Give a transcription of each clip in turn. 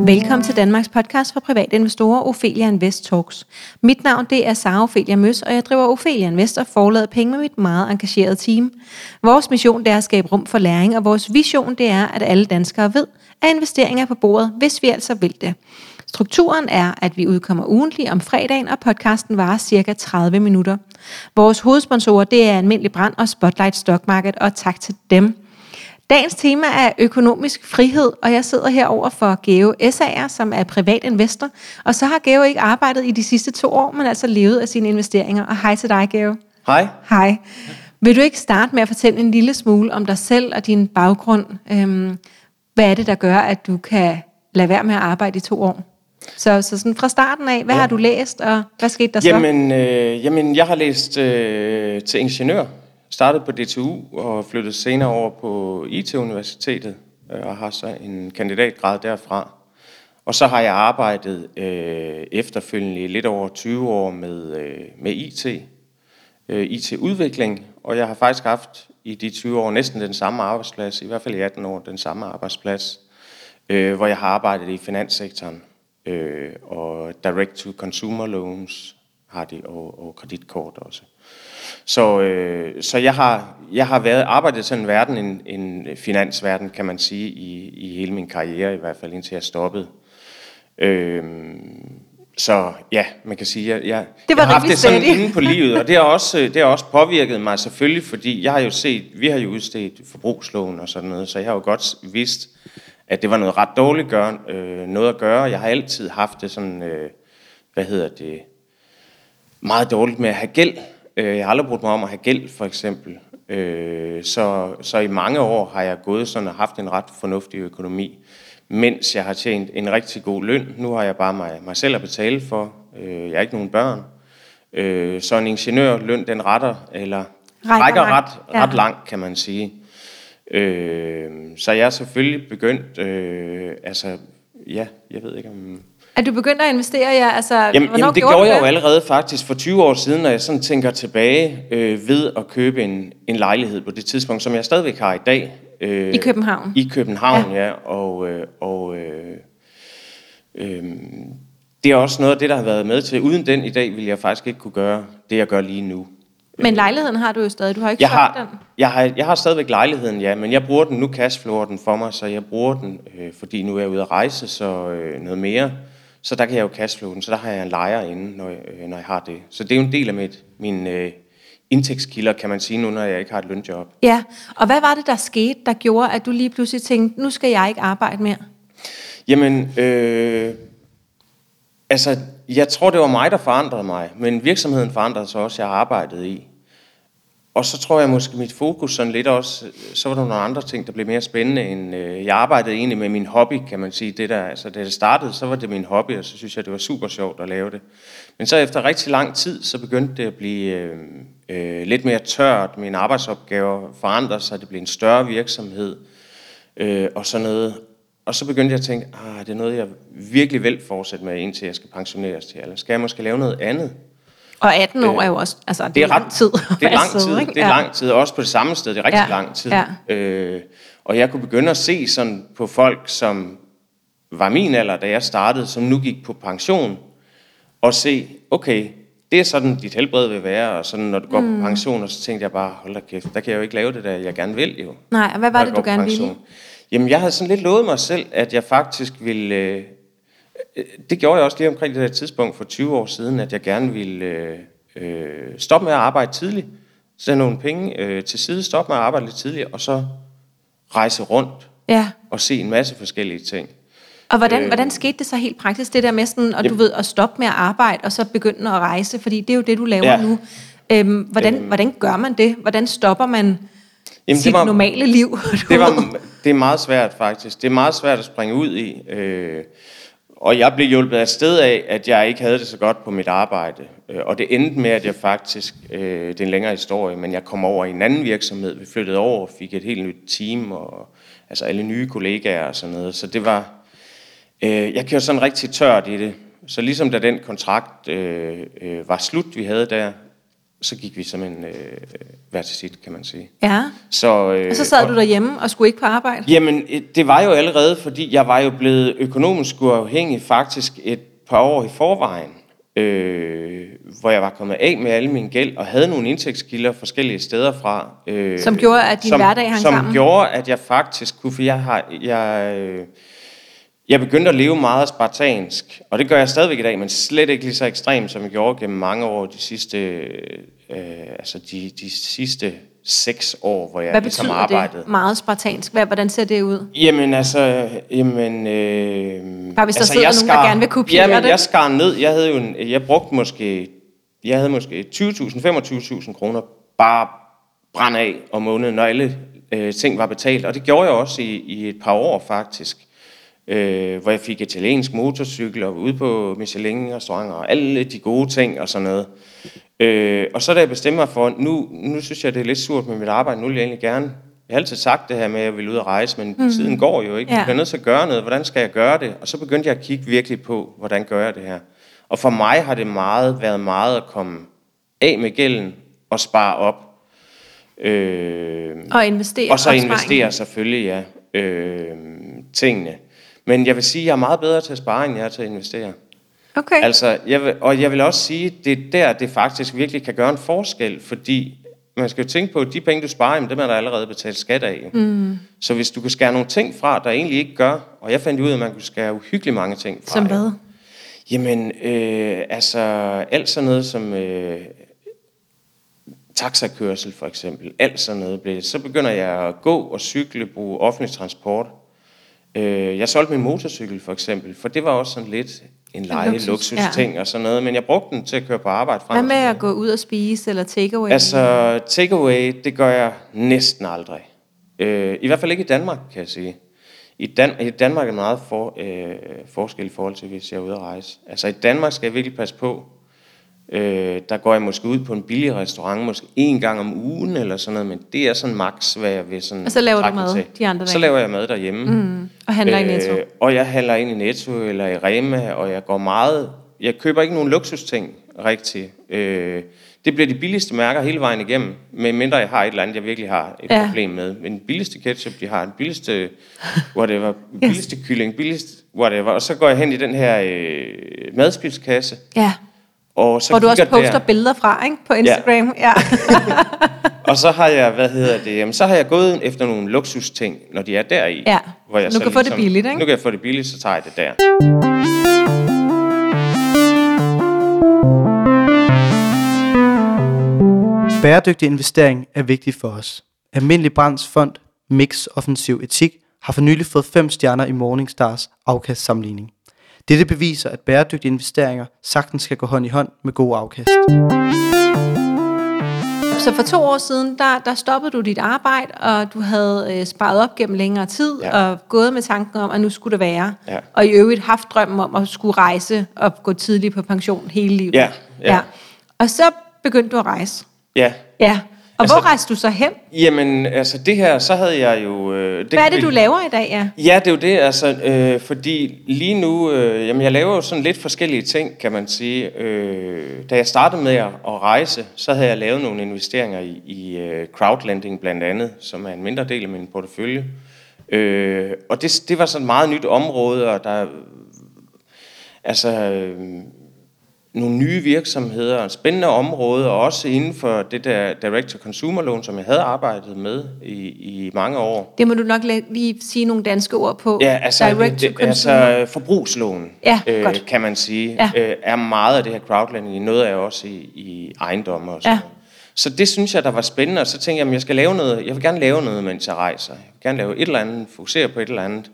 Velkommen til Danmarks podcast for private investorer, Ophelia Invest Talks. Mit navn det er Sara Ophelia Møs, og jeg driver Ophelia Invest og forlader penge med mit meget engagerede team. Vores mission det er at skabe rum for læring, og vores vision det er, at alle danskere ved, at investeringer er på bordet, hvis vi altså vil det. Strukturen er, at vi udkommer ugentlig om fredagen, og podcasten varer cirka 30 minutter. Vores hovedsponsorer det er Almindelig Brand og Spotlight Stock Market, og tak til dem. Dagens tema er økonomisk frihed, og jeg sidder herover for Geo Essager, som er privat investor. Og så har Geo ikke arbejdet i de sidste 2 år, men altså levet af sine investeringer. Og hej til dig, Geo. Hej. Hej. Vil du ikke starte med at fortælle en lille smule om dig selv og din baggrund? Hvad er det, der gør, at du kan lade være med at arbejde i 2 år? Så sådan fra starten af, hvad har du læst, og hvad skete der så? Jamen, jeg har læst til ingeniør. Startede på DTU og flyttede senere over på IT-universitetet og har så en kandidatgrad derfra. Og så har jeg arbejdet efterfølgende i lidt over 20 år med IT-udvikling, og jeg har faktisk haft i de 20 år næsten den samme arbejdsplads, i hvert fald i 18 år den samme arbejdsplads, hvor jeg har arbejdet i finanssektoren og direct-to-consumer loans har de, og kreditkort også. Så jeg har arbejdet i sådan en verden, en finansverden, kan man sige, i hele min karriere, i hvert fald indtil jeg stoppede. Så ja, man kan sige, jeg har haft det sådan inde på livet, og det har også påvirket mig selvfølgelig, fordi vi har jo udstedt forbrugslån og sådan noget, så jeg har jo godt vidst, at det var noget ret dårligt noget at gøre. Jeg har altid haft det sådan, meget dårligt med at have gæld. Jeg har aldrig brugt mig om at have gæld, for eksempel. Så i mange år har jeg gået sådan og haft en ret fornuftig økonomi, mens jeg har tjent en rigtig god løn. Nu har jeg bare mig selv at betale for. Jeg har ikke nogen børn. Så en ingeniørløn, den rækker ret langt, kan man sige. Så jeg er selvfølgelig begyndt, jeg ved ikke om... Er du begyndt at investere? Jamen det gjorde jeg jo allerede faktisk for 20 år siden, når jeg sådan tænker tilbage ved at købe en lejlighed på det tidspunkt, som jeg stadigvæk har i dag. I København? I København, ja. Det er også noget af det, der har været med til. Uden den i dag ville jeg faktisk ikke kunne gøre det, jeg gør lige nu. Men lejligheden har du jo stadig, du har ikke solgt den? Jeg har stadigvæk lejligheden, ja, men jeg bruger den, nu cashflower den for mig, så jeg bruger den, fordi nu er jeg ude at rejse, så noget mere. Så der kan jeg jo cashflow den, så der har jeg en lejer inde, når jeg har det. Så det er jo en del af mine indtægtskilder, kan man sige nu, når jeg ikke har et lønjob. Ja, og hvad var det, der skete, der gjorde, at du lige pludselig tænkte, nu skal jeg ikke arbejde mere? Jamen, jeg tror, det var mig, der forandrede mig, men virksomheden forandrede sig også, jeg har arbejdet i. Og så tror jeg måske mit fokus sådan lidt også, så var der nogle andre ting, der blev mere spændende end, jeg arbejdede egentlig med min hobby, kan man sige. Da det startede, så var det min hobby, og så synes jeg, det var super sjovt at lave det. Men så efter rigtig lang tid, så begyndte det at blive lidt mere tørt. Mine arbejdsopgaver forandrede sig, det blev en større virksomhed og sådan noget. Og så begyndte jeg at tænke, det er noget, jeg virkelig vil fortsætte med, indtil jeg skal pensioneres til. Eller skal jeg måske lave noget andet? Og 18 år er jo også, det er lang tid. Det er lang tid, det er lang tid, også på det samme sted, det er rigtig lang tid. Ja. Og jeg kunne begynde at se sådan på folk, som var min alder, da jeg startede, som nu gik på pension, og se, okay, det er sådan, dit helbred vil være, og sådan, når du går på pension, og så tænkte jeg bare, hold da kæft, der kan jeg jo ikke lave det der, jeg gerne vil jo. Nej, og hvad var det, du gerne ville? Jamen, jeg havde sådan lidt lovet mig selv, at jeg faktisk ville... Det gjorde jeg også lige omkring det der tidspunkt for 20 år siden, at jeg gerne ville stoppe med at arbejde tidligt, sætte nogle penge til side, stoppe med at arbejde lidt tidligt, og så rejse rundt og se en masse forskellige ting. Og hvordan skete det så helt praktisk, det der med sådan, at stoppe med at arbejde, og så begynde at rejse, fordi det er jo det, du laver nu. Hvordan gør man det? Hvordan stopper man sit normale liv? Det er meget svært faktisk. Det er meget svært at springe ud i. Og jeg blev hjulpet af sted af, at jeg ikke havde det så godt på mit arbejde. Og det endte med, at jeg faktisk, det er en længere historie, men jeg kom over i en anden virksomhed. Vi flyttede over og fik et helt nyt team, og altså alle nye kollegaer og sådan noget. Så det var, jeg kørte sådan rigtig tørt i det. Så ligesom da den kontrakt var slut, vi havde der, så gik vi simpelthen hver til sit, kan man sige. Ja, og så sad du derhjemme og skulle ikke på arbejde? Jamen, det var jo allerede, fordi jeg var jo blevet økonomisk uafhængig faktisk et par år i forvejen, hvor jeg var kommet af med alle mine gæld og havde nogle indtægtskilder forskellige steder fra. Som gjorde, at din hverdag hang sammen? Som gjorde, at jeg faktisk kunne, for jeg begyndte at leve meget spartansk, og det gør jeg stadigvæk i dag, men slet ikke lige så ekstremt, som jeg gjorde gennem mange år, de sidste 6 år, hvor jeg ligesom arbejdede. Hvad betyder det, meget spartansk? Hvordan ser det ud? Jamen altså, bare hvis der sidder nogen, der gerne vil kopiere det? Jeg skar ned, jeg havde måske 20.000, 25.000 kroner bare brænde af om måneden, når alle ting var betalt, og det gjorde jeg også i et par år faktisk. Hvor jeg fik italiensk motorcykel og ude på Michelin-restauranter og alle de gode ting og sådan noget. Og så da jeg bestemte mig for, nu synes jeg, det er lidt surt med mit arbejde, nu vil jeg egentlig gerne. Jeg har altid sagt det her med, at jeg vil ud og rejse, men tiden går jo ikke. Jeg bliver nødt til at gøre noget. Hvordan skal jeg gøre det? Og så begyndte jeg at kigge virkelig på, hvordan gør jeg det her. Og for mig har det været meget at komme af med gælden og spare op. Og investere. Og så investere selvfølgelig, ja, tingene. Men jeg vil sige, at jeg er meget bedre til at spare, end jeg er til at investere. Okay. Altså, jeg vil også sige, at det er det faktisk virkelig kan gøre en forskel, fordi man skal jo tænke på, at de penge, du sparer, dem er der allerede betalt skat af. Så hvis du kan skære nogle ting fra, der egentlig ikke gør, og jeg fandt ud af, at man kunne skære uhyggeligt mange ting fra. Som hvad? Jamen, altså, alt sådan noget som taxakørsel for eksempel, alt sådan noget. Så begynder jeg at gå og cykle, bruge offentlig transport. Jeg solgte min motorcykel for eksempel, for det var også sådan lidt en luksus-ting og sådan noget, men jeg brugte den til at køre på arbejde frem. Hvad med at gå ud og spise eller takeaway? Altså takeaway, det gør jeg næsten aldrig. I hvert fald ikke i Danmark, kan jeg sige. I Danmark er meget forskel i forhold til, hvis jeg er ude at rejse. Altså i Danmark skal jeg virkelig passe på. Der går jeg måske ud på en billig restaurant, måske 1 gang om ugen eller sådan noget, men det er sådan max, hvad jeg vil sådan. Og så laver du mad de andre dage? Så laver jeg mad derhjemme. Og handler i Netto? Og jeg handler ind i Netto eller i Rema, og jeg køber ikke nogen luksusting rigtigt. Det bliver de billigste mærker hele vejen igennem, medmindre jeg har et eller andet, jeg virkelig har et problem med. Men den billigste ketchup, de har, den billigste whatever, billigste kylling, billigste whatever, og så går jeg hen i den her madspildskasse. Ja. Og så hvor du også poster billeder fra, ikke? På Instagram. Ja. Og så har jeg, så har jeg gået efter nogle luksusting, når de er deri. Ja, hvor jeg nu kan få det billigt, ikke? Nu kan jeg få det billigt, så tager jeg det der. Bæredygtig investering er vigtig for os. Almindelig Brands fond Mix Offensiv Etik har for nylig fået 5 stjerner i Morningstars afkastsammenligning. Dette beviser, at bæredygtige investeringer sagtens skal gå hånd i hånd med gode afkast. Så for 2 år siden, der stoppede du dit arbejde, og du havde sparet op gennem længere tid, og gået med tanken om, at nu skulle det være. Ja. Og i øvrigt haft drømmen om at skulle rejse og gå tidligt på pension hele livet. Ja. Og så begyndte du at rejse. Ja. Og hvor rejste du så hen? Jamen, altså det her, så havde jeg jo... Hvad er det, du laver i dag, ja? Ja, det er jo det, altså, fordi lige nu, jeg laver jo sådan lidt forskellige ting, kan man sige. Da jeg startede med at rejse, så havde jeg lavet nogle investeringer i crowdlending blandt andet, som er en mindre del af min portefølje. Og det var sådan et meget nyt område, og der... Altså... nogle nye virksomheder, spændende områder, og også inden for det der direct-to-consumer-lån, som jeg havde arbejdet med i mange år. Det må du nok lige sige nogle danske ord på. Ja, altså, altså forbrugslån, kan man sige, er meget af det her crowdlending. Noget er også i ejendomme og sådan noget. Så det synes jeg, der var spændende, og så tænkte jeg, at jeg vil gerne lave noget, mens jeg rejser. Jeg vil gerne lave et eller andet, fokusere på et eller andet.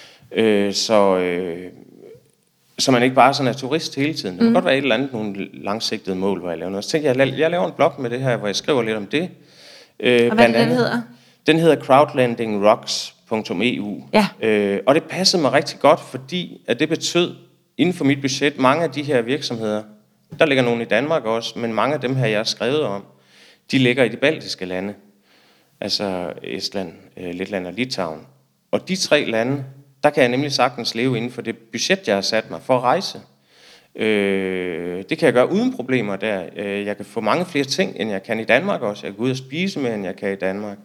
Så man ikke bare sådan er turist hele tiden. Det kan godt være et eller andet, nogle langsigtede mål, hvor jeg laver noget. Så tænkte jeg laver en blog med det her, hvor jeg skriver lidt om det. Og hvad er det, den hedder? Den hedder crowdlendingrocks.eu. Ja. Og det passede mig rigtig godt, fordi at det betød, inden for mit budget, mange af de her virksomheder, der ligger nogle i Danmark også, men mange af dem her, jeg har skrevet om, de ligger i de baltiske lande. Altså Estland, Letland og Litauen. Og de 3 lande, der kan jeg nemlig sagtens leve inden for det budget, jeg har sat mig for at rejse. Det kan jeg gøre uden problemer der. Jeg kan få mange flere ting, end jeg kan i Danmark også. Jeg kan gå ud og spise mere, end jeg kan i Danmark.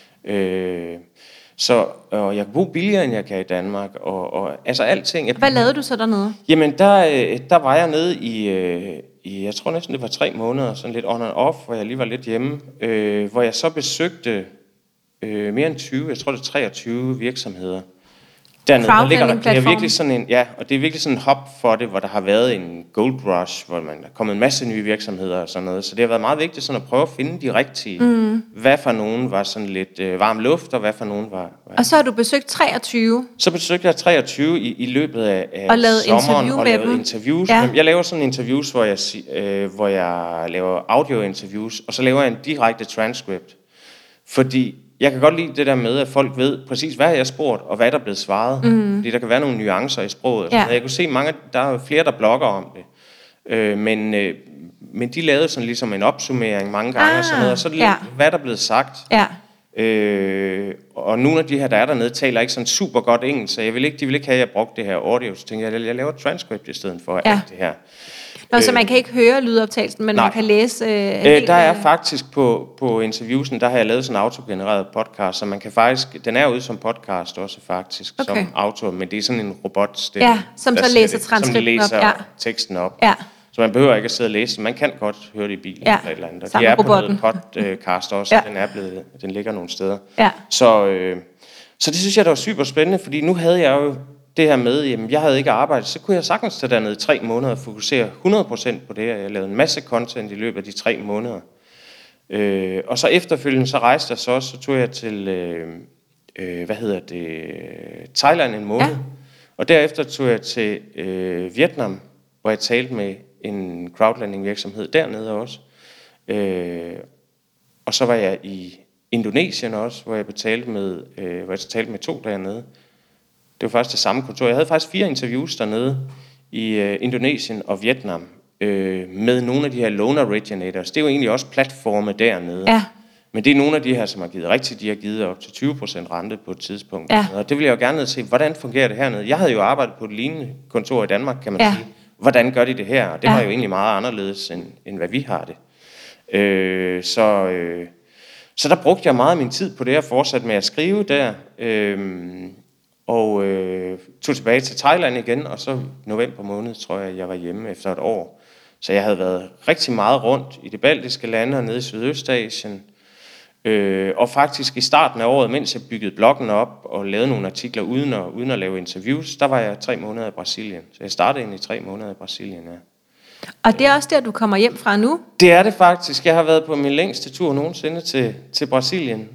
Og jeg kan bo billigere, end jeg kan i Danmark. Og altså alting. Hvad lavede du så dernede? Jamen, der var jeg nede i, jeg tror næsten det var 3 måneder, sådan lidt on and off, hvor jeg lige var lidt hjemme. Hvor jeg så besøgte mere end 20, jeg tror det er 23 virksomheder. Dernede, der ligger det er virkelig sådan en, og det er virkelig sådan en hop for det, hvor der har været en gold rush, hvor der er kommet en masse nye virksomheder og sådan noget. Så det har været meget vigtigt sådan at prøve at finde de rigtige. Hvad for nogen var sådan lidt varm luft, og hvad for nogen var. Og så har du besøgt 23? Så besøgte jeg 23 i løbet af og sommeren og lavede interviews. Ja. Jeg laver sådan interviews, hvor jeg laver audio-interviews, og så laver jeg en direkte transcript. Fordi jeg kan godt lide det der med, at folk ved præcis, hvad jeg har spurgt, og hvad der er blevet svaret. Fordi der kan være nogle nuancer i sproget. Ja. Jeg kunne se, der er flere, der blogger om det. Men de lavede sådan ligesom en opsummering mange gange, og sådan noget, og så hvad der er blevet sagt. Ja. Og nogle af de her, der er dernede, taler ikke sådan super godt engelsk, så de vil ikke have, at jeg brugte det her audio. Så tænkte jeg laver et transcript i stedet for alt det her. Nå, så man kan ikke høre lydoptagelsen, men man kan læse... der er faktisk på interviewsen, der har jeg lavet sådan en autogenereret podcast, så man kan faktisk... Den er ude som podcast også faktisk, som auto, men det er sådan en robotstemme. Ja, som så læser transkripten op. Som læser teksten op. Ja. Så man behøver ikke at sidde og læse. Man kan godt høre det i bilen eller et eller andet. Og de er på noget podcast også, den ligger nogle steder. Ja. Så det synes jeg, der var super spændende, fordi nu havde jeg jo det her med, jamen jeg havde ikke arbejdet, så kunne jeg sagtens tage dernede i 3 måneder og fokusere 100% på det, og jeg lavede en masse content i løbet af de 3 måneder. Og så efterfølgende, så rejste jeg så tog jeg til, Thailand en måned, og derefter tog jeg til Vietnam, hvor jeg talte med en crowdlending virksomhed dernede også. Og så var jeg i Indonesien også, hvor jeg talte med 2 dernede. Det var faktisk det samme kontor. Jeg havde faktisk 4 interviews dernede i Indonesien og Vietnam med nogle af de her loan originators. Det er jo egentlig også platforme dernede. Ja. Men det er nogle af de her, som har givet rigtigt. De har givet op til 20% rente på et tidspunkt. Ja. Og det vil jeg jo gerne se, hvordan fungerer det hernede. Jeg havde jo arbejdet på et lignende kontor i Danmark, kan man sige. Hvordan gør de det her? Og det var jo egentlig meget anderledes, end hvad vi har det. Så der brugte jeg meget af min tid på det, og fortsatte med at skrive der. Og tog tilbage til Thailand igen, og så november måned, tror jeg var hjemme efter et år. Så jeg havde været rigtig meget rundt i de baltiske lande og nede i Sydøstasien. Og faktisk i starten af året, mens jeg byggede bloggen op og lavede nogle artikler uden at lave interviews, der var jeg 3 måneder i Brasilien. Så jeg startede egentlig 3 måneder i Brasilien, ja. Og det er også der, du kommer hjem fra nu? Det er det faktisk. Jeg har været på min længste tur nogensinde til Brasilien.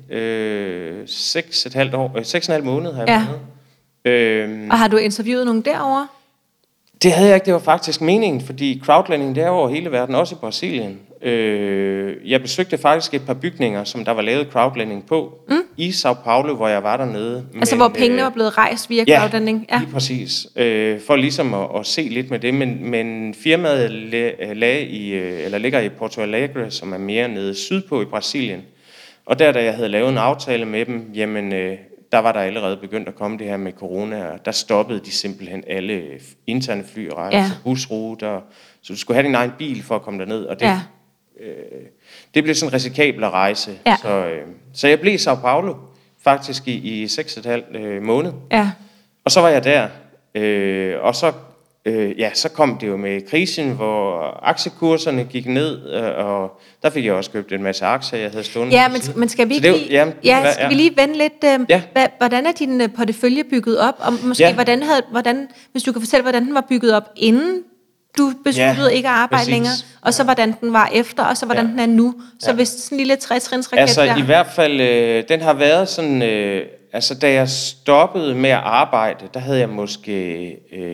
6,5 måneder har jeg været. Og har du interviewet nogen derovre? Det havde jeg ikke. Det var faktisk meningen, fordi crowdlending det er over hele verden, også i Brasilien. Jeg besøgte faktisk et par bygninger, som der var lavet crowdlending på i São Paulo, hvor jeg var dernede. Altså hvor pengene var blevet rejst via crowdlending? Ja, lige præcis. For ligesom at se lidt med det. Men firmaet ligger i Porto Alegre, som er mere nede sydpå i Brasilien. Og da jeg havde lavet en aftale med dem, jamen der var der allerede begyndt at komme det her med corona, og der stoppede de simpelthen alle interne flyrejser, busruter, så du skulle have din egen bil for at komme derned, og det blev sådan en risikabel at rejse. Ja. Så jeg blev i São Paulo faktisk i 6,5 måned, og så var jeg der, og så kom det jo med krisen, hvor aktiekurserne gik ned, og der fik jeg også købt en masse aktier, jeg havde stående. Ja, men skal vi vi lige vende lidt, hvordan er din portefølje bygget op, og måske hvordan, hvis du kan fortælle, hvordan den var bygget op, inden du besluttede ikke at arbejde længere, og så hvordan den var efter, og så hvordan den er nu. Så hvis sådan en lille 3-trinsraket altså, der. I hvert fald, den har været sådan, altså da jeg stoppede med at arbejde, der havde jeg måske,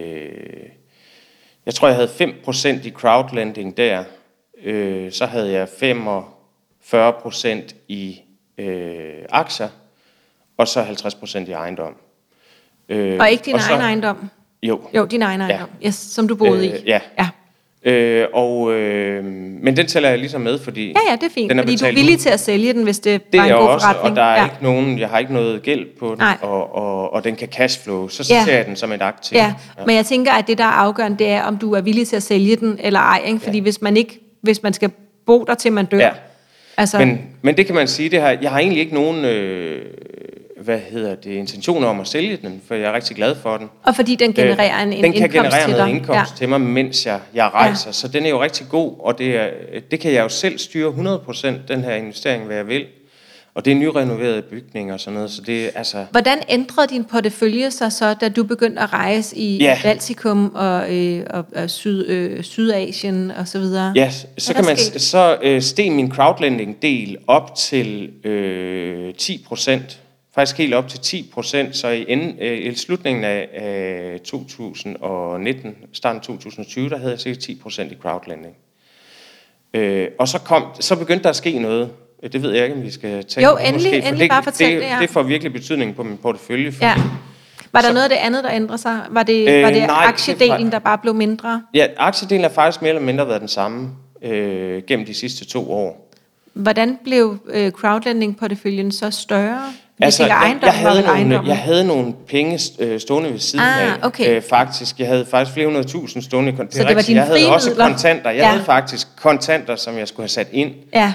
jeg tror jeg havde 5% i crowdlending der, så havde jeg 45% i aktier, og så 50% i ejendom. Og ikke din egen ejendom? Jo. Jo, din egen ejendom, som du boede i. Ja. Men den tæller jeg ligesom med, fordi Ja, det er fint, fordi du er villig til at sælge den, hvis det det var en er god også, forretning. og der er ikke nogen, jeg har ikke noget gæld på den, Nej. og den kan cashflow, så ser jeg den som et aktiv. Ja, men jeg tænker, at det, der er afgørende, det er, om du er villig til at sælge den eller ej, ikke? Fordi hvis man skal bo der til man dør. Ja. Altså, Men det kan man sige, jeg har egentlig ikke nogen intentioner om at sælge den, for jeg er rigtig glad for den. og fordi den genererer en den kan indkomst generere til noget dig. indkomst til mig, mens jeg rejser, så den er jo rigtig god, og det kan jeg jo selv styre 100% den her investering, hvad jeg vil. Og det er nyrenoverede bygninger og sådan noget, så det altså... Hvordan ændrede din portefølje sig så, da du begyndte at rejse i Baltikum og Sydasien og så videre? Ja, så steg min crowdlending-del op til 10%. Faktisk helt op til 10%, så i slutningen af 2019, starten af 2020, der havde jeg sikkert 10% i crowdlending. Og så begyndte der at ske noget. Det ved jeg ikke, om vi skal tale om. Jo, endelig bare fortæl det. Det får virkelig betydning på min portefølje. Ja. Var der noget af det andet, der ændrede sig? Var det aktiedelen, der bare blev mindre? Ja, aktiedelen har faktisk mere eller mindre været den samme gennem de sidste 2 år. Hvordan blev crowdlending-porteføljen så større? Jeg havde nogle penge stående ved siden af. Okay. Faktisk. Jeg havde faktisk flere 100.000 stående i kontanter. Så det var dine jeg havde også midler? kontanter. Jeg havde faktisk kontanter, som jeg skulle have sat ind. Ja.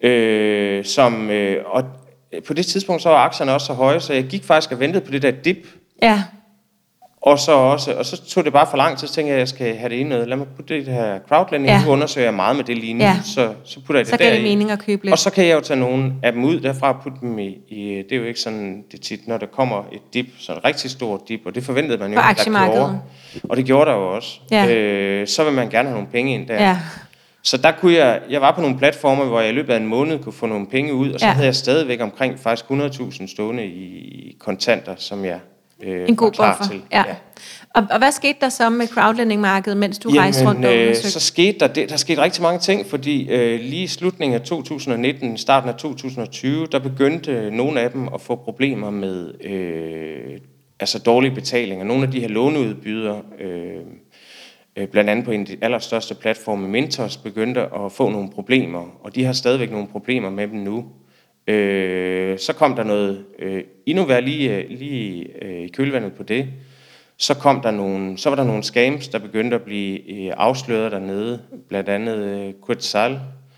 Og på det tidspunkt så var aktierne også så høje, så jeg gik faktisk og ventede på det der dip. Ja. Og så tog det bare for lang tid, så tænkte jeg, at jeg skal have det i noget. Lad mig putte det her crowdlending. Nu undersøger jeg meget med det lige nu, så putter jeg det der i. Så kan det mening at købe lidt. Og så kan jeg jo tage nogle af dem ud derfra og putte dem i. Det er jo ikke sådan, det tit, når der kommer et dip, sådan et rigtig stort dip, og det forventede man jo ikke, der gjorde. Og det gjorde der jo også. Ja. Så vil man gerne have nogle penge ind der. Ja. Så der kunne jeg var på nogle platforme, hvor jeg i løbet af en måned kunne få nogle penge ud, og så havde jeg stadigvæk omkring faktisk 100.000 stående i kontanter, som jeg en god klar buffer. til. Ja. Og hvad skete der så med crowdlending-markedet, mens du rejste rundt og undersøgte? Så skete der skete rigtig mange ting, fordi lige i slutningen af 2019, starten af 2020, der begyndte nogle af dem at få problemer med dårlige betalinger. Nogle af de her låneudbydere, blandt andet på en af de allerstørste platforme, Mintos, begyndte at få nogle problemer, og de har stadigvæk nogle problemer med dem nu. Så kom der noget endnu værre lige i kølvandet på det. Så var der nogle scams, der begyndte at blive afsløret dernede, blandt andet Quetzal,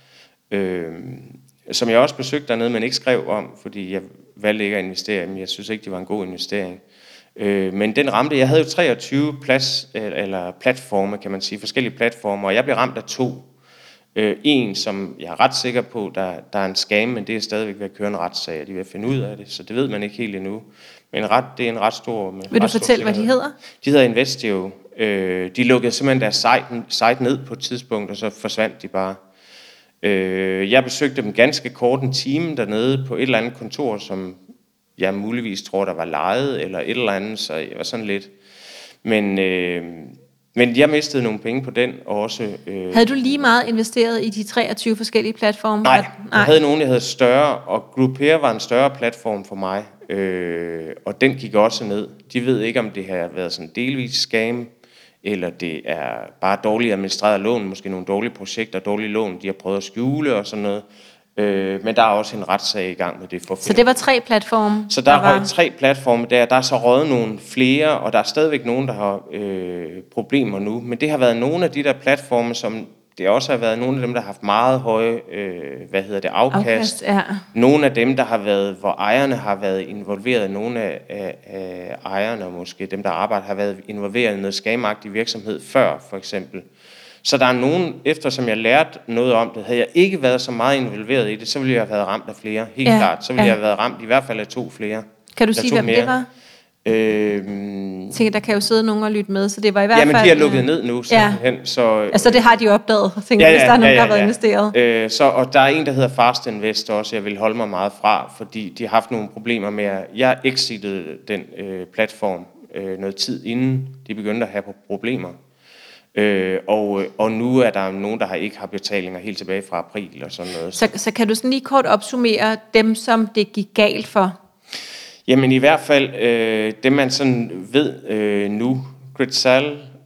som jeg også besøgte dernede, men ikke skrev om, fordi jeg valgte ikke at investere, men jeg synes ikke, det var en god investering. Men den ramte, jeg havde jo 23 platforme, kan man sige, forskellige platformer, og jeg blev ramt af 2. En, som jeg er ret sikker på, der er en scam, men det er stadigvæk ved at køre en retssag, og de er ved at finde ud af det, så det ved man ikke helt endnu. Men det er en ret stor... Vil du fortælle, hvad de hedder? De hedder Investio. De lukkede simpelthen deres site ned på et tidspunkt, og så forsvandt de bare. Jeg besøgte dem ganske kort en time dernede på et eller andet kontor, som jeg muligvis tror, der var lejet, eller et eller andet, så jeg var sådan lidt... Men jeg mistede nogle penge på den, og også... Havde du lige meget investeret i de 23 forskellige platforme? Nej, jeg havde nogen, jeg havde større, og Grouper var en større platform for mig, og den gik også ned. De ved ikke, om det har været sådan delvis scam, eller det er bare dårligt administreret lån, måske nogle dårlige projekter, dårlige lån, de har prøvet at skjule og sådan noget. Men der er også en retssag i gang med det. Så det var 3 platforme? Så der var 3 platforme der. Der er så røget nogle flere, og der er stadigvæk nogen, der har problemer nu. Men det har været nogle af de der platforme, som det også har været nogle af dem, der har haft meget høje afkast. Ja. Nogle af dem, der har været, hvor ejerne har været involveret, nogle af ejerne, og måske dem, der arbejder, har været involveret i noget scamagtig virksomhed før, for eksempel. Så der er nogen, eftersom jeg lærte noget om det, havde jeg ikke været så meget involveret i det, så ville jeg have været ramt af flere, helt klart. Så ville jeg have været ramt i hvert fald af 2 flere. Kan du sige, hvem det var? Tænker, der kan jo sidde nogen og lytte med, så det var i hvert fald... Jamen, de er lukket ned nu, simpelthen. Så det har de jo opdaget, tænker, hvis der er nogen, der har været investeret. Og der er en, der hedder Fast Invest også, jeg vil holde mig meget fra, fordi de har haft nogle problemer med, jeg exitede den platform noget tid inden de begyndte at have problemer. Og nu er der nogen, der ikke har betalinger helt tilbage fra april og sådan noget. Så kan du sådan lige kort opsummere dem, som det gik galt for? Jamen i hvert fald, det man sådan ved nu, Quetzal,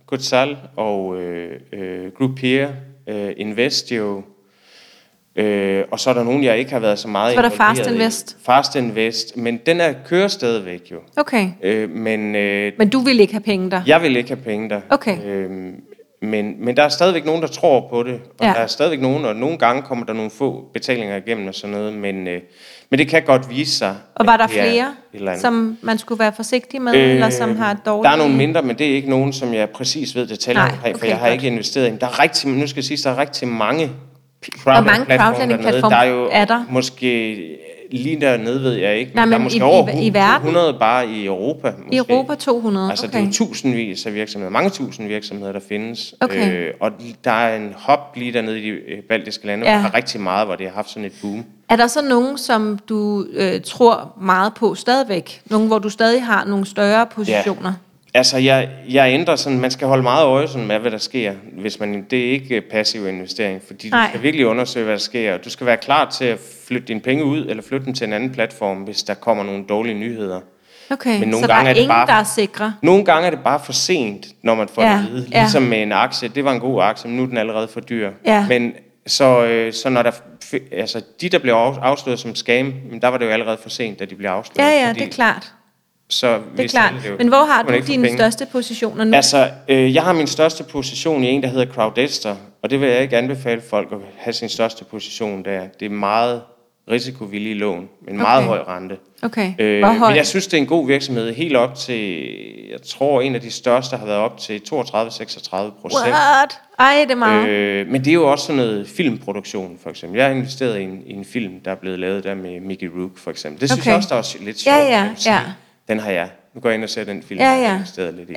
Kutzal og Groupier, Investio, og så er der nogen, jeg ikke har været så meget involveret i. Så var der Fast Invest? Fast Invest, men den kører stadigvæk jo. Okay. Men du vil ikke have penge der? Jeg vil ikke have penge der. Okay. Men der er stadigvæk nogen, der tror på det, og der er stadigvæk nogen, og nogle gange kommer der nogle få betalinger igennem og sådan noget, men det kan godt vise sig. Og var der flere, som man skulle være forsigtig med, eller som har dårlige? Der er nogle mindre, men det er ikke nogen, som jeg præcis ved detaljer omkring, for jeg har ikke investeret i dem. Der er rigtig mange crowdlending-platforme er der? Måske lige dernede ved jeg ikke, men der er måske i verden? 200 bare i Europa. Måske. I Europa 200, altså, det er jo tusindvis af virksomheder, mange tusind virksomheder, der findes. Okay. Og der er en hop lige dernede i de baltiske lande, der har rigtig meget, hvor det har haft sådan et boom. Er der så nogen, som du tror meget på stadigvæk? Nogen, hvor du stadig har nogle større positioner? Ja. Altså, jeg ændrer sådan, man skal holde meget øje sådan med, hvad der sker, hvis man, det er ikke passiv investering, fordi du skal virkelig undersøge, hvad der sker, og du skal være klar til at flytte dine penge ud, eller flytte dem til en anden platform, hvis der kommer nogle dårlige nyheder. Okay, men nogle så gange der er ingen, der er sikre? Nogle gange er det bare for sent, når man får det at vide. Ligesom med en aktie, det var en god aktie, men nu er den allerede for dyr. Ja. Men så når der, altså de, der blev afsløret som scam, der var det jo allerede for sent, da de blev afsløret. Ja, det er klart. Så det er klart. Men hvor har du dine største positioner nu? Altså, jeg har min største position i en, der hedder Crowdester, og det vil jeg ikke anbefale folk at have sin største position der. Det er meget risikovillige lån, men meget høj rente. Okay. Men jeg synes, det er en god virksomhed. Helt op til, jeg tror, en af de største har været op til 32-36%. What? Ej, det er meget. Men det er jo også sådan noget filmproduktion, for eksempel. Jeg har investeret i en film, der er blevet lavet der med Mickey Rourke, for eksempel. Det synes jeg også, der er lidt sjovt. Ja. Den har jeg. Nu går jeg ind og ser den film, jeg har investeret lidt i.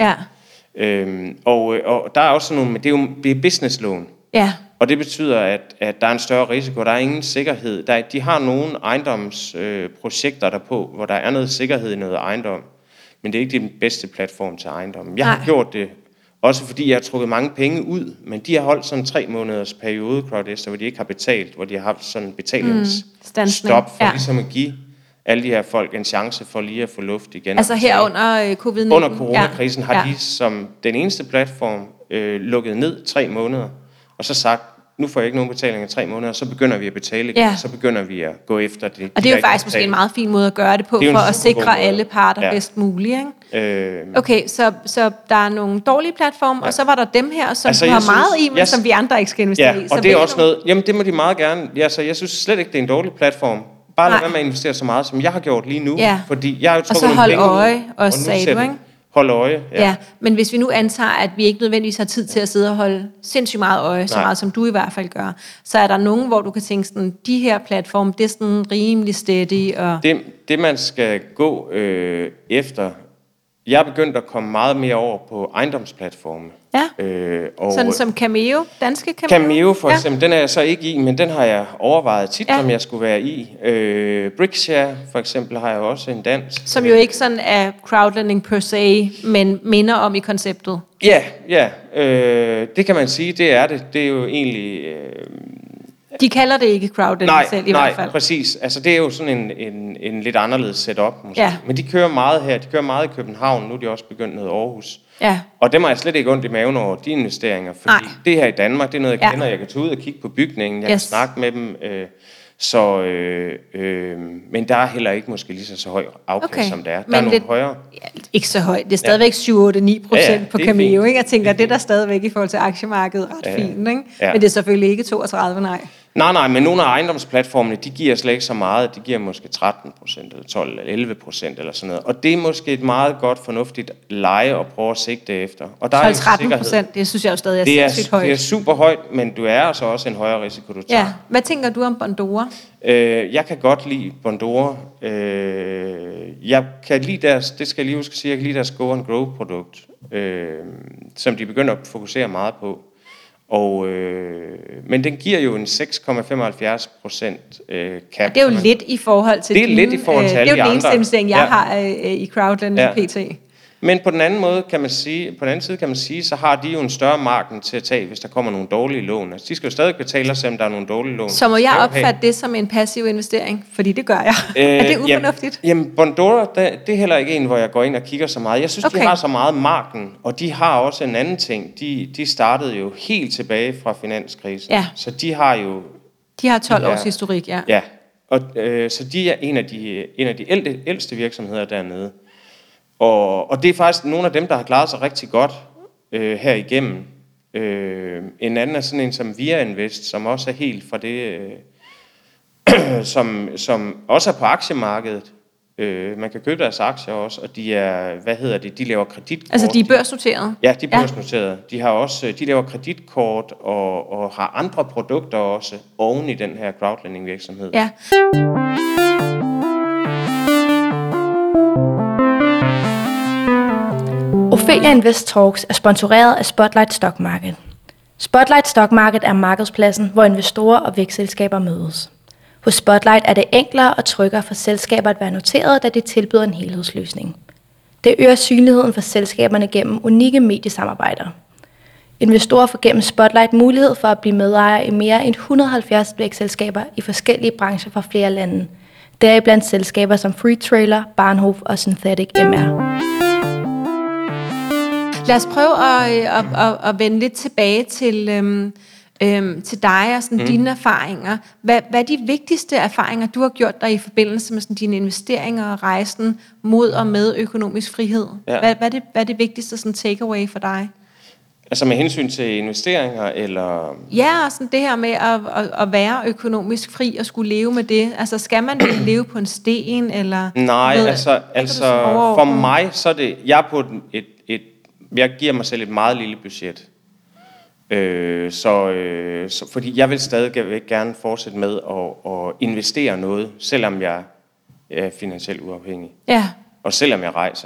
Og der er også sådan nogle, men det er businesslån. Ja. Og det betyder, at der er en større risiko. Der er ingen sikkerhed. De har nogle ejendomsprojekter derpå, hvor der er noget sikkerhed i noget ejendom. Men det er ikke den bedste platform til ejendommen. Jeg har gjort det, også fordi jeg har trukket mange penge ud, men de har holdt sådan 3 måneders periode, Crowdester, hvor de ikke har betalt, hvor de har haft sådan en betalingsstop for ligesom at give alle de her folk en chance for lige at få luft igen. Altså her under covid-19? Under coronakrisen har de som den eneste platform lukket ned 3 måneder, og så sagt, nu får jeg ikke nogen betaling i 3 måneder, så begynder vi at betale igen, så begynder vi at gå efter det. Og det er jo faktisk måske en meget fin måde at gøre det på, for at sikre alle parter bedst muligt, ikke? Okay, så der er nogle dårlige platforme, og så var der dem her, som du har meget i, men som vi andre ikke skal investere i. Og det er også noget, jamen det må de meget gerne. Ja, så jeg synes slet ikke, det er en dårlig platform. Bare lad være med at investere så meget, som jeg har gjort lige nu. Fordi jeg har jo trukket nogle penge ud. Og så hold øje, og sagde du, ikke? Hold øje, ja. Men hvis vi nu antager, at vi ikke nødvendigvis har tid til at sidde og holde sindssygt meget øje, så meget som du i hvert fald gør, så er der nogen, hvor du kan tænke sådan, de her platforme, det er sådan rimelig steady. Og det man skal gå efter, jeg er begyndt at komme meget mere over på ejendomsplatforme. Ja, sådan som Cameo, danske Cameo? Cameo for eksempel, den er jeg så ikke i, men den har jeg overvejet tit, om jeg skulle være i. Brickshare for eksempel har jeg også en dansk. Som jo ikke sådan er crowdlending per se, men minder om i konceptet. Ja, det kan man sige, det er det. Det er jo egentlig... De kalder det ikke crowdlending selv i hvert fald. Nej, præcis. Altså det er jo sådan en lidt anderledes setup måske. Ja. Men de kører meget her. De kører meget i København. Nu er de også begyndt ned i Aarhus. Ja. Og dem har jeg slet ikke ondt i maven over de investeringer. Fordi det her i Danmark, det er noget, jeg kender. Jeg kan tage ud og kigge på bygningen. Jeg kan snakke med dem. Men der er heller ikke måske lige så høj afkast, som det er. Der er nogle højere. Ja, ikke så højt. Det er stadigvæk 7-8-9% på Cameo. Ikke? Jeg tænker, det er der stadigvæk i forhold til aktiemarkedet ret fint. Ikke? Ja. Men det er selvfølgelig ikke 32, nej. Nej, men nogle af ejendomsplatformene, de giver slet ikke så meget. De giver måske 13%, eller 12, eller 11%, eller sådan noget. Og det er måske et meget godt, fornuftigt leje at prøve at sigte efter. Og der 12-13%, det synes jeg jo stadig er sindssygt højt. Det er super højt, men du er altså også en højere risiko, du tager. Ja. Hvad tænker du om Bondora? Jeg kan godt lide Bondora. Jeg kan lide deres, det skal jeg lige huske at sige, jeg kan lide deres Go and Grow produkt, som de begynder at fokusere meget på. Men den giver jo en 6,75% cap. Det er jo lidt i forhold til det er lidt i forhold til alle de andre. Det er jo den eneste investering, jeg har i crowdlending PT. Men på den anden side kan man sige, så har de jo en større marken til at tage, hvis der kommer nogle dårlige lån. Altså, de skal jo stadig betale os, selvom der er nogle dårlige lån. Så må jeg opfatte det som en passiv investering? Fordi det gør jeg. Er det ufornuftigt? Jamen Bondora, det er heller ikke en, hvor jeg går ind og kigger så meget. Jeg synes, de har så meget marken, og de har også en anden ting. De startede jo helt tilbage fra finanskrisen. Ja. Så de har jo... De har 12 års historik, ja. Ja, og så de er en af de ældste virksomheder dernede. Og det er faktisk nogle af dem, der har klaret sig rigtig godt her igennem. En anden er sådan en som Via Invest, som også er helt fra det, som også er på aktiemarkedet. Man kan købe deres aktier også, og de er, de laver kreditkort. Altså de er børsnoterede? Ja, de er børsnoterede. De laver kreditkort og har andre produkter også oven i den her crowdlending virksomhed. Ja. Ophelia Invest Talks er sponsoreret af Spotlight Stock Market. Spotlight Stock Market er markedspladsen, hvor investorer og vækstselskaber mødes. Hos Spotlight er det enklere og tryggere for selskaber at være noteret, da det tilbyder en helhedsløsning. Det øger synligheden for selskaberne gennem unikke mediesamarbejder. Investorer får gennem Spotlight mulighed for at blive medejere i mere end 170 vækstselskaber i forskellige brancher fra flere lande. Deriblandt selskaber som Freetrailer, Bahnhof og Synthetic MR. Lad os prøve at vende lidt tilbage til dig og sådan dine erfaringer. Hvad er de vigtigste erfaringer, du har gjort dig i forbindelse med sådan dine investeringer og rejsen mod og med økonomisk frihed? Ja. Hvad er det vigtigste sådan takeaway for dig? Altså med hensyn til investeringer, eller... Ja, og sådan det her med at være økonomisk fri og skulle leve med det. Altså skal man leve på en sten, eller... Nej, altså for mig, så er det... Jeg er på jeg giver mig selv et meget lille budget. Så fordi jeg vil stadig gerne fortsætte med at investere noget, selvom jeg er finansielt uafhængig. Ja. Og selvom jeg rejser.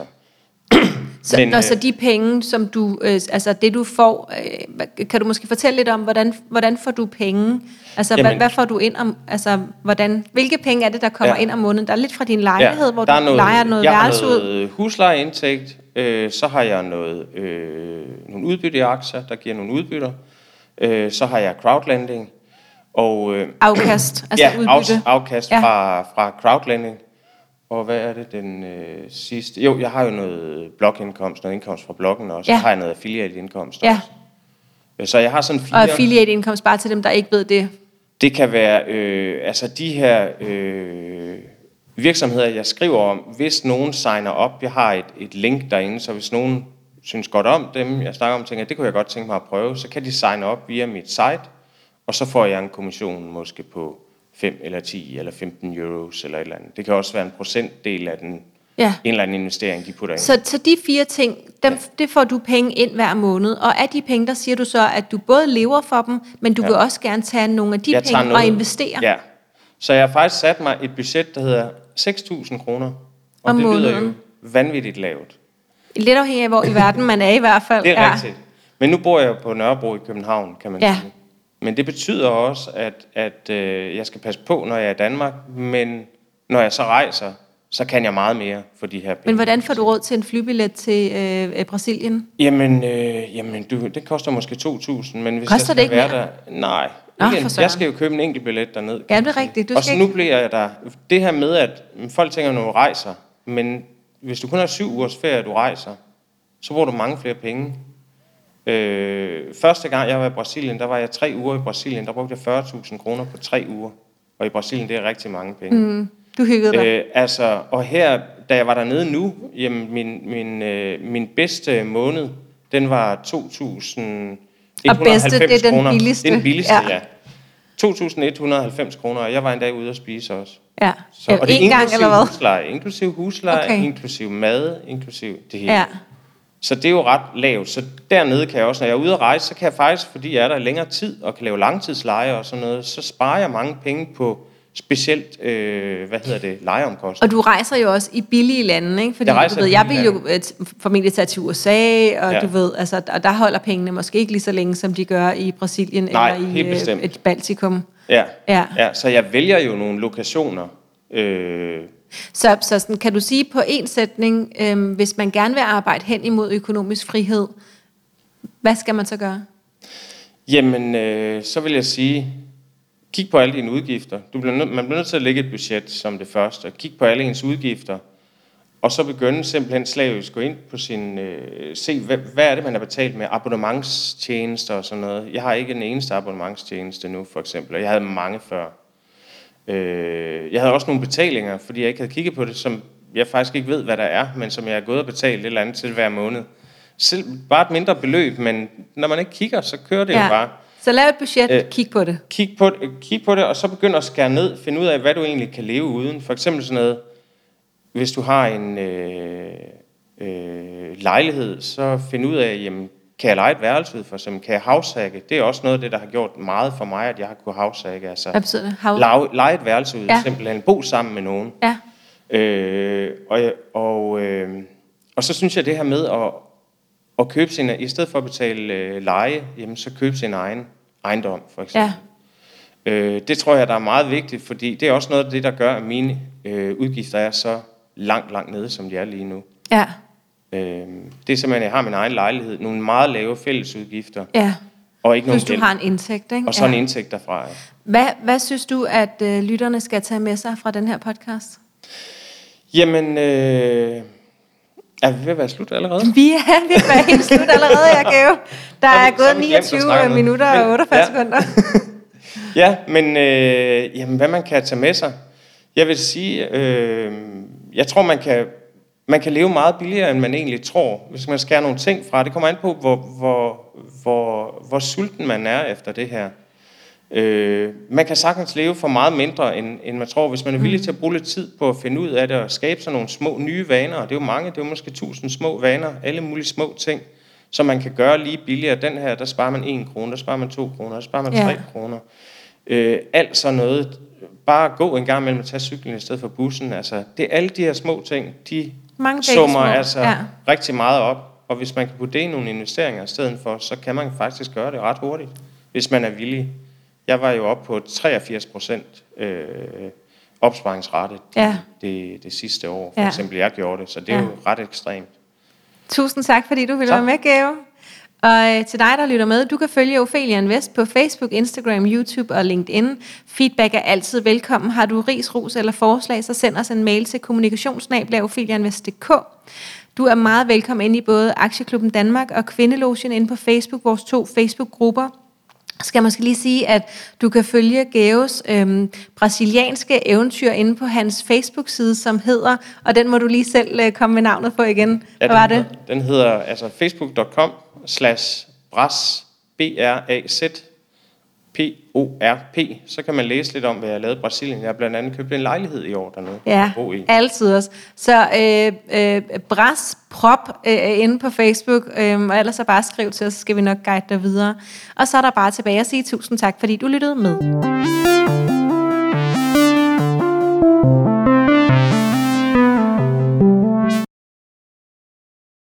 Så de penge, som du, altså det du får, kan du måske fortælle lidt om, hvordan får du penge? Altså hvad får du ind om, altså hvilke penge er det, der kommer ind om måneden? Der er lidt fra din lejlighed, hvor du lejer noget værelse ud. Jeg har noget huslejeindtægt, så har jeg nogle udbytte i aktier, der giver nogle udbytter. Så har jeg crowdlending. Og, afkast, altså udbytte. Afkast fra crowdlending. Og hvad er det den sidste? Jo, jeg har jo noget blogindkomst, noget indkomst fra bloggen også. Så har jeg noget affiliate-indkomst også. Så jeg har sådan 4... Og affiliate-indkomst, bare til dem, der ikke ved det. Det kan være, altså de her virksomheder, jeg skriver om, hvis nogen signer op, jeg har et link derinde, så hvis nogen synes godt om dem, jeg snakker om, tænker, det kunne jeg godt tænke mig at prøve, så kan de signe op via mit site, og så får jeg en kommission måske på 5 eller 10 eller 15 euros eller et eller andet. Det kan også være en procentdel af en eller anden investering, de putter ind. Så de 4 ting, det får du penge ind hver måned, og af de penge, der siger du så, at du både lever for dem, men du vil også gerne tage nogle af de penge og investere. Ja, så jeg har faktisk sat mig et budget, der hedder 6.000 kroner, og det lyder jo vanvittigt lavt. Lidt afhængig af, hvor i verden man er i hvert fald. Det er rigtigt. Men nu bor jeg på Nørrebro i København, kan man sige. Men det betyder også, at jeg skal passe på, når jeg er i Danmark, men når jeg så rejser, så kan jeg meget mere for de her penge. Men hvordan får du råd til en flybillet til Brasilien? Jamen det koster måske 2.000, men hvis koster jeg skal være der... Nej, jeg skal jo købe en enkelt billet derned. Ja, det er rigtigt. Og så nu bliver jeg der. Det her med, at folk tænker, når du rejser, men hvis du kun har 7 ugers ferie, du rejser, så bruger du mange flere penge. Første gang jeg var i Brasilien, der var jeg 3 uger i Brasilien, der brugte jeg 40.000 kroner på 3 uger. Og i Brasilien, det er rigtig mange penge. Du hyggede dig. Og her, da jeg var dernede nu, jamen, min bedste måned, den var 2.190 og bedste, det er den billigste. Den billigste, ja. 2.190 kroner, og jeg var en dag ude at spise også. Ja. Så, og det er inklusive husleje, inklusive mad, inklusive det hele. Ja. Så det er jo ret lavt. Så dernede kan jeg også, når jeg er ude at rejse, så kan jeg faktisk, fordi jeg er der i længere tid, og kan lave langtidsleje og sådan noget, så sparer jeg mange penge på specielt, lejeomkostninger. Og du rejser jo også i billige lande, ikke? Fordi jeg vil jo formentlig tage til USA, og du ved, altså, og der holder pengene måske ikke lige så længe, som de gør i Brasilien eller i et Baltikum. Ja, så jeg vælger jo nogle lokationer. Så sådan, kan du sige på en sætning, hvis man gerne vil arbejde hen imod økonomisk frihed, hvad skal man så gøre? Jamen, så vil jeg sige, kig på alle dine udgifter. Man bliver nødt til at lægge et budget som det første. Kig på alle ens udgifter. Og så begynde simpelthen slavisk gå ind på sin... se, hvad er det, man har betalt med abonnementstjenester og sådan noget. Jeg har ikke en eneste abonnementstjeneste nu, for eksempel. Og jeg havde mange før. Jeg havde også nogle betalinger, fordi jeg ikke havde kigget på det, som jeg faktisk ikke ved, hvad der er, men som jeg er gået og betalt et eller andet til hver måned. Selv bare et mindre beløb, men når man ikke kigger, så kører det jo bare. Så lav et budget, kig på det. Kig på det, og så begynd at skære ned, finde ud af, hvad du egentlig kan leve uden. For eksempel sådan noget, hvis du har en lejlighed, så find ud af, jamen, kan jeg leje et værelse ud, for eksempel? Kan jeg househacke? Det er også noget af det, der har gjort meget for mig, at jeg har kunnet househacke. Altså, leje et værelse ud, simpelthen bo sammen med nogen. Ja. Og så synes jeg, det her med at købe sin, i stedet for at betale leje, jamen, så købe sin egen ejendom, for eksempel. Ja. Det tror jeg, der er meget vigtigt, fordi det er også noget af det, der gør, at mine udgifter er så langt nede, som de er lige nu. Ja. Det er simpelthen, at jeg har min egen lejlighed, nogle meget lave fællesudgifter. Ja. Og ikke nogen du har en indtægt, ikke? Og så en indtægt derfra. Ja. Hvad synes du, at lytterne skal tage med sig fra den her podcast? Jamen, er vi ved at være slut allerede? Vi er ved at være helt slut allerede, jeg gav. Der er gået 29 minutter og 48 sekunder. Ja, men jamen, hvad man kan tage med sig? Jeg vil sige, jeg tror, man kan leve meget billigere, end man egentlig tror, hvis man skærer nogle ting fra. Det kommer an på, hvor sulten man er efter det her. Man kan sagtens leve for meget mindre, end man tror, hvis man er villig til at bruge lidt tid på at finde ud af det og skabe sådan nogle små nye vaner. Og det er jo mange, det er jo måske 1000 små vaner, alle mulige små ting, som man kan gøre lige billigere. Den her, der sparer man 1 krone, der sparer man 2 kroner, der sparer man 3 kroner. Alt sådan noget. Bare gå en gang imellem og tage cyklen i stedet for bussen. Altså, det er alle de her små ting, de summer altså rigtig meget op. Og hvis man kan putte det i nogle investeringer i stedet for, så kan man faktisk gøre det ret hurtigt, hvis man er villig. Jeg var jo oppe på 83% opsparingsrate det sidste år, for eksempel jeg gjorde det, så det er jo ret ekstremt. Tusind tak, fordi du ville være med, Geo. Og til dig, der lytter med, du kan følge Ophelia Invest på Facebook, Instagram, YouTube og LinkedIn. Feedback er altid velkommen. Har du ris, ros eller forslag, så send os en mail til kommunikationsnabel@opheliainvest.dk. Du er meget velkommen ind i både Aktieklubben Danmark og Kvindelogen inde på Facebook, vores 2 Facebook-grupper. Skal jeg måske lige sige, at du kan følge Geos brasilianske eventyr inde på hans Facebook-side, som hedder, og den må du lige selv komme med navnet på igen. Hvad var det? Den hedder altså facebook.com/bras, BRAZPORP. Så kan man læse lidt om, hvad jeg har lavet i Brasilien. Jeg har blandt andet købt en lejlighed i år dernede. Ja, altid også. Så Bras Prop inde på Facebook, og ellers så bare skriv til os, så skal vi nok guide dig videre. Og så er der bare tilbage at sige tusind tak, fordi du lyttede med.